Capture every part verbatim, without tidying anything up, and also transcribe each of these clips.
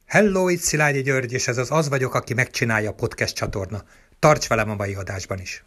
Hello, itt Szilágyi György, és ez az Az vagyok, aki megcsinálja a podcast csatorna. Tarts velem a mai adásban is!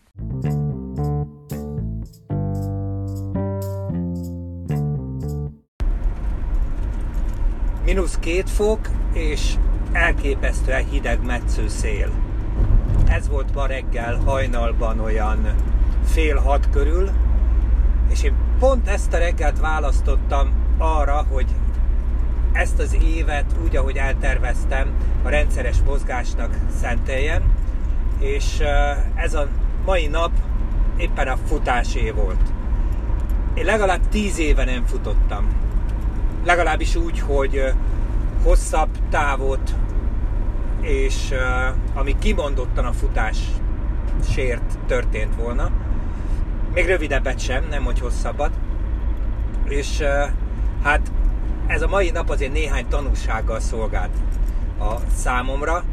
Mínusz két fok, és elképesztően hideg metsző szél. Ez volt ma reggel hajnalban olyan fél hat körül, és én pont ezt a reggelt választottam arra, hogy ezt az évet úgy, ahogy elterveztem, a rendszeres mozgásnak szenteljem, és ez a mai nap éppen a futásé volt. Én legalább tíz éve nem futottam. Legalábbis úgy, hogy hosszabb távot, és ami kimondottan a futásért történt volna. Még rövidebbet sem, nem hogy hosszabbat. És hát ez a mai nap azért néhány tanulsággal szolgált a számomra.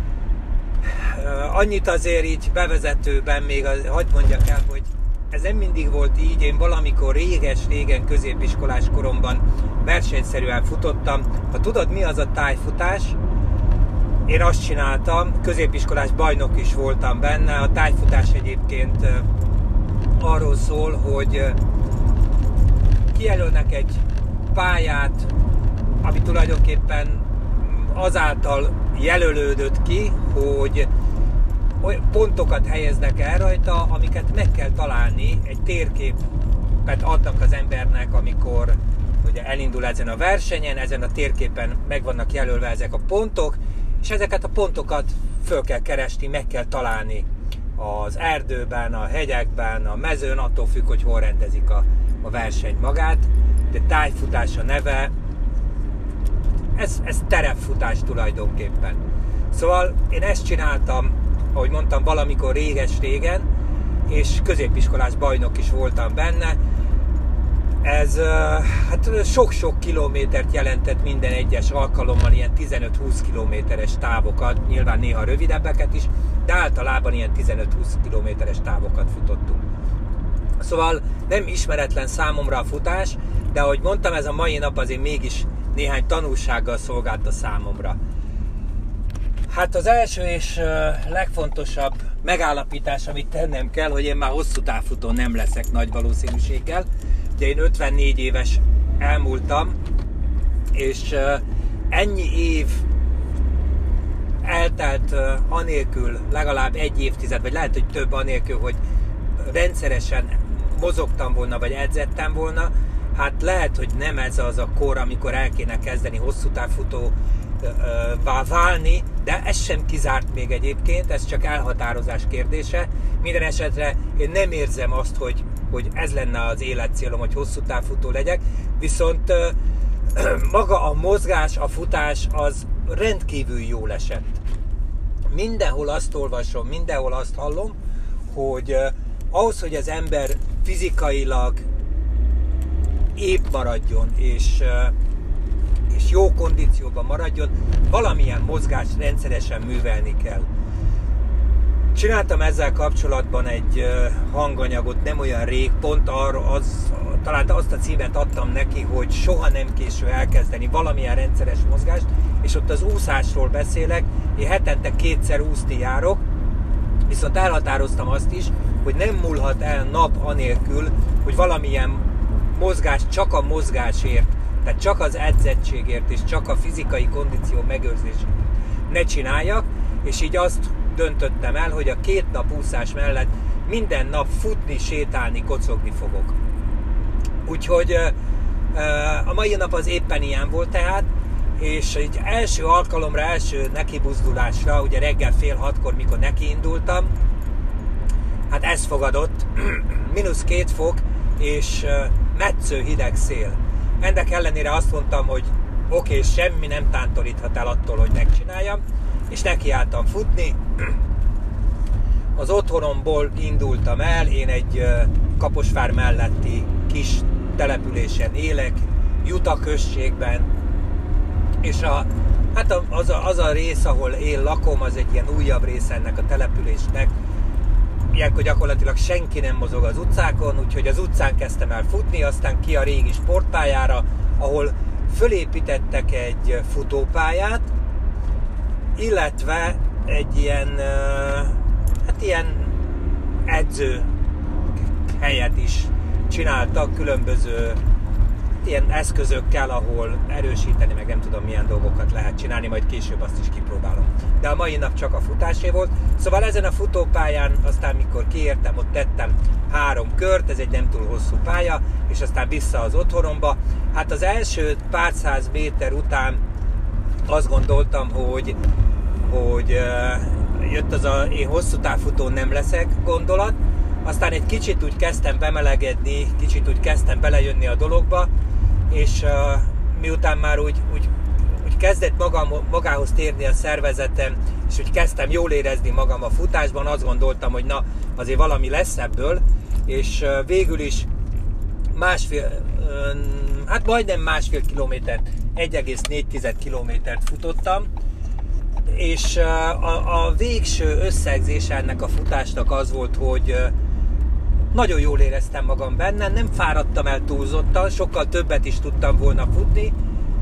Annyit azért így bevezetőben még hagyd mondjak el, hogy ez nem mindig volt így. Én valamikor réges-régen középiskolás koromban versenyszerűen futottam. Ha tudod, mi az a tájfutás, én azt csináltam, középiskolás bajnok is voltam benne. A tájfutás egyébként arról szól, hogy kijelölnek egy pályát, ami tulajdonképpen azáltal jelölődött ki, hogy pontokat helyeznek el rajta, amiket meg kell találni, egy térképet adnak az embernek, amikor ugye elindul ezen a versenyen, ezen a térképen meg vannak jelölve ezek a pontok, és ezeket a pontokat föl kell keresni, meg kell találni az erdőben, a hegyekben, a mezőn, attól függ, hogy hol rendezik a, a versenyt magát, de tájfutás a neve, ez, ez terepfutás tulajdonképpen. Szóval én ezt csináltam, ahogy mondtam, valamikor réges-régen, és középiskolás bajnok is voltam benne. Ez hát sok-sok kilométert jelentett minden egyes alkalommal, ilyen tizenöt-húsz kilométeres távokat, nyilván néha rövidebbeket is, de általában ilyen tizenöt-húsz kilométeres távokat futottunk. Szóval nem ismeretlen számomra a futás, de ahogy mondtam, ez a mai nap azért mégis néhány tanulsággal szolgált a számomra. Hát az első és legfontosabb megállapítás, amit tennem kell, hogy én már hosszú távfutó nem leszek nagy valószínűséggel. Ugye én ötvennégy éves elmúltam, és ennyi év eltelt anélkül, legalább egy évtized, vagy lehet, hogy több anélkül, hogy rendszeresen mozogtam volna, vagy edzettem volna. Hát lehet, hogy nem ez az a kor, amikor el kéne kezdeni hosszú távfutóvá válni, de ez sem kizárt még egyébként, ez csak elhatározás kérdése. Minden esetre én nem érzem azt, hogy, hogy ez lenne az életcélom, hogy hosszú távfutó legyek, viszont maga a mozgás, a futás az rendkívül jól esett. Mindenhol azt olvasom, mindenhol azt hallom, hogy ahhoz, hogy az ember fizikailag épp maradjon, és, és jó kondícióban maradjon, valamilyen mozgást rendszeresen művelni kell. Csináltam ezzel kapcsolatban egy hanganyagot nem olyan rég, pont arra az, talán azt a címet adtam neki, hogy soha nem késő elkezdeni valamilyen rendszeres mozgást, és ott az úszásról beszélek. Én hetente kétszer úszni járok, viszont elhatároztam azt is, hogy nem múlhat el nap anélkül, hogy valamilyen mozgást csak a mozgásért, tehát csak az edzettségért és csak a fizikai kondíció megőrzésért ne csináljak, és így azt döntöttem el, hogy a két nap úszás mellett minden nap futni, sétálni, kocogni fogok. Úgyhogy a mai nap az éppen ilyen volt tehát, és így első alkalomra, első nekibuzdulásra, ugye reggel fél hatkor, mikor nekiindultam, hát ez fogadott, mínusz két fok, és metsző hideg szél. Ennek ellenére azt mondtam, hogy oké, okay, semmi nem tántoríthat el attól, hogy megcsináljam, és nekiálltam futni. Az otthonomból indultam el, én egy Kaposvár melletti kis településen élek, Juta községben, és a, hát az, a, az a rész, ahol én lakom, az egy ilyen újabb része ennek a településnek. Ilyenkor gyakorlatilag senki nem mozog az utcákon, úgyhogy az utcán kezdtem el futni, aztán ki a régi sportpályára, ahol fölépítettek egy futópályát, illetve egy ilyen, hát ilyen edző helyet is csináltak különböző ilyen eszközökkel, ahol erősíteni, meg nem tudom milyen dolgokat lehet csinálni, majd később azt is kipróbálom. De a mai nap csak a futásé volt. Szóval ezen a futópályán, aztán mikor kiértem, ott tettem három kört, ez egy nem túl hosszú pálya, és aztán vissza az otthonomba. Hát az első pár száz méter után azt gondoltam, hogy, hogy uh, jött az a én hosszú távfutó nem leszek gondolat, aztán egy kicsit úgy kezdtem bemelegedni, kicsit úgy kezdtem belejönni a dologba, és uh, miután már úgy, úgy, úgy kezdett magam, magához térni a szervezetem, és úgy kezdtem jól érezni magam a futásban, azt gondoltam, hogy na, azért valami lesz ebből, és uh, végül is másfél, uh, hát majdnem másfél kilométert, egy egész négy kilométert futottam, és uh, a, a végső összegzése ennek a futásnak az volt, hogy uh, nagyon jól éreztem magam benne, nem fáradtam el túlzottan, sokkal többet is tudtam volna futni,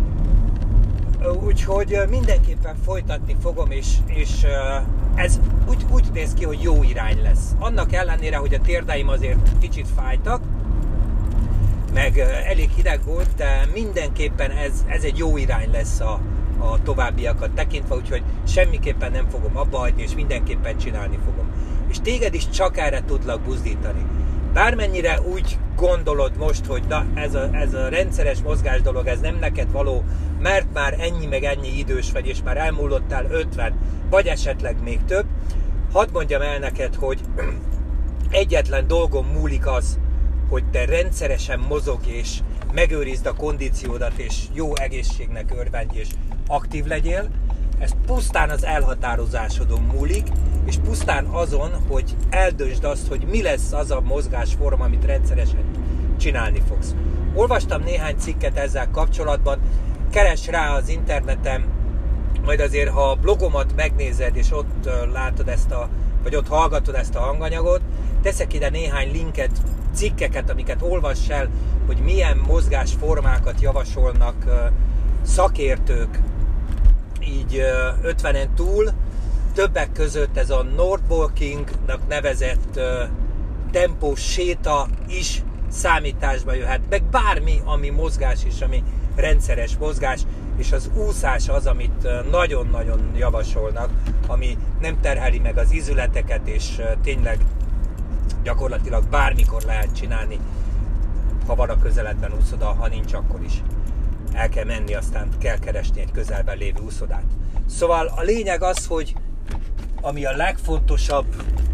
úgyhogy mindenképpen folytatni fogom, és, és ez úgy, úgy néz ki, hogy jó irány lesz. Annak ellenére, hogy a térdeim azért kicsit fájtak, meg elég hideg volt, de mindenképpen ez, ez egy jó irány lesz a, a továbbiakat tekintve, úgyhogy semmiképpen nem fogom abba hagyni, és mindenképpen csinálni fogom. És téged is csak erre tudlak buzdítani. Bármennyire úgy gondolod most, hogy na, ez, a, ez a rendszeres mozgás dolog, ez nem neked való, mert már ennyi meg ennyi idős vagy, és már elmúlottál ötven, vagy esetleg még több, hadd mondjam el neked, hogy egyetlen dolgon múlik az, hogy te rendszeresen mozogj, és megőrizd a kondíciódat, és jó egészségnek örvendj, és aktív legyél. Ez pusztán az elhatározásodon múlik, és pusztán azon, hogy eldöntsd azt, hogy mi lesz az a mozgásforma, amit rendszeresen csinálni fogsz. Olvastam néhány cikket ezzel kapcsolatban, keresd rá az interneten, majd azért, ha a blogomat megnézed, és ott látod ezt a, vagy ott hallgatod ezt a hanganyagot, teszek ide néhány linket, cikkeket, amiket olvass el, hogy milyen mozgásformákat javasolnak szakértők, így ötvenen túl, többek között ez a Northwalking-nak nevezett uh, tempós séta is számításba jöhet, meg bármi, ami mozgás és ami rendszeres mozgás, és az úszás az, amit nagyon-nagyon javasolnak, ami nem terheli meg az izületeket, és uh, tényleg gyakorlatilag bármikor lehet csinálni, ha van a közeledben úszoda, ha nincs, akkor is. El kell menni, aztán kell keresni egy közelben lévő úszodát. Szóval a lényeg az, hogy ami a legfontosabb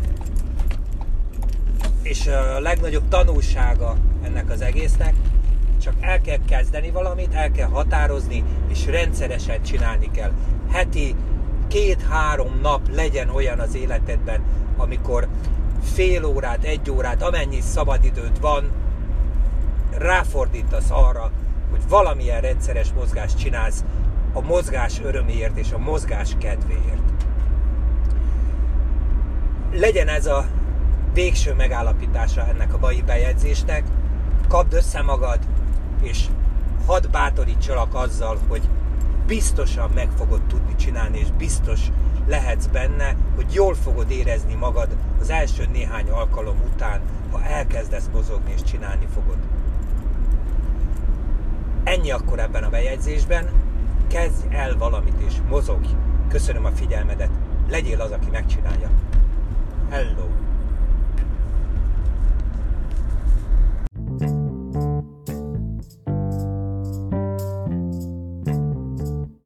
és a legnagyobb tanulsága ennek az egésznek, csak el kell kezdeni valamit, el kell határozni, és rendszeresen csinálni kell. Heti két-három nap legyen olyan az életedben, amikor fél órát, egy órát, amennyi szabadidőd van, ráfordítasz arra, hogy valamilyen rendszeres mozgást csinálsz a mozgás öröméért és a mozgás kedvéért. Legyen ez a végső megállapítása ennek a mai bejegyzésnek, kapd össze magad, és hadd bátorítsalak azzal, hogy biztosan meg fogod tudni csinálni, és biztos lehetsz benne, hogy jól fogod érezni magad az első néhány alkalom után, ha elkezdesz mozogni és csinálni fogod. Ennyi akkor ebben a bejegyzésben, kezdj el valamit és mozogj. Köszönöm a figyelmedet, legyél az, aki megcsinálja. Hello!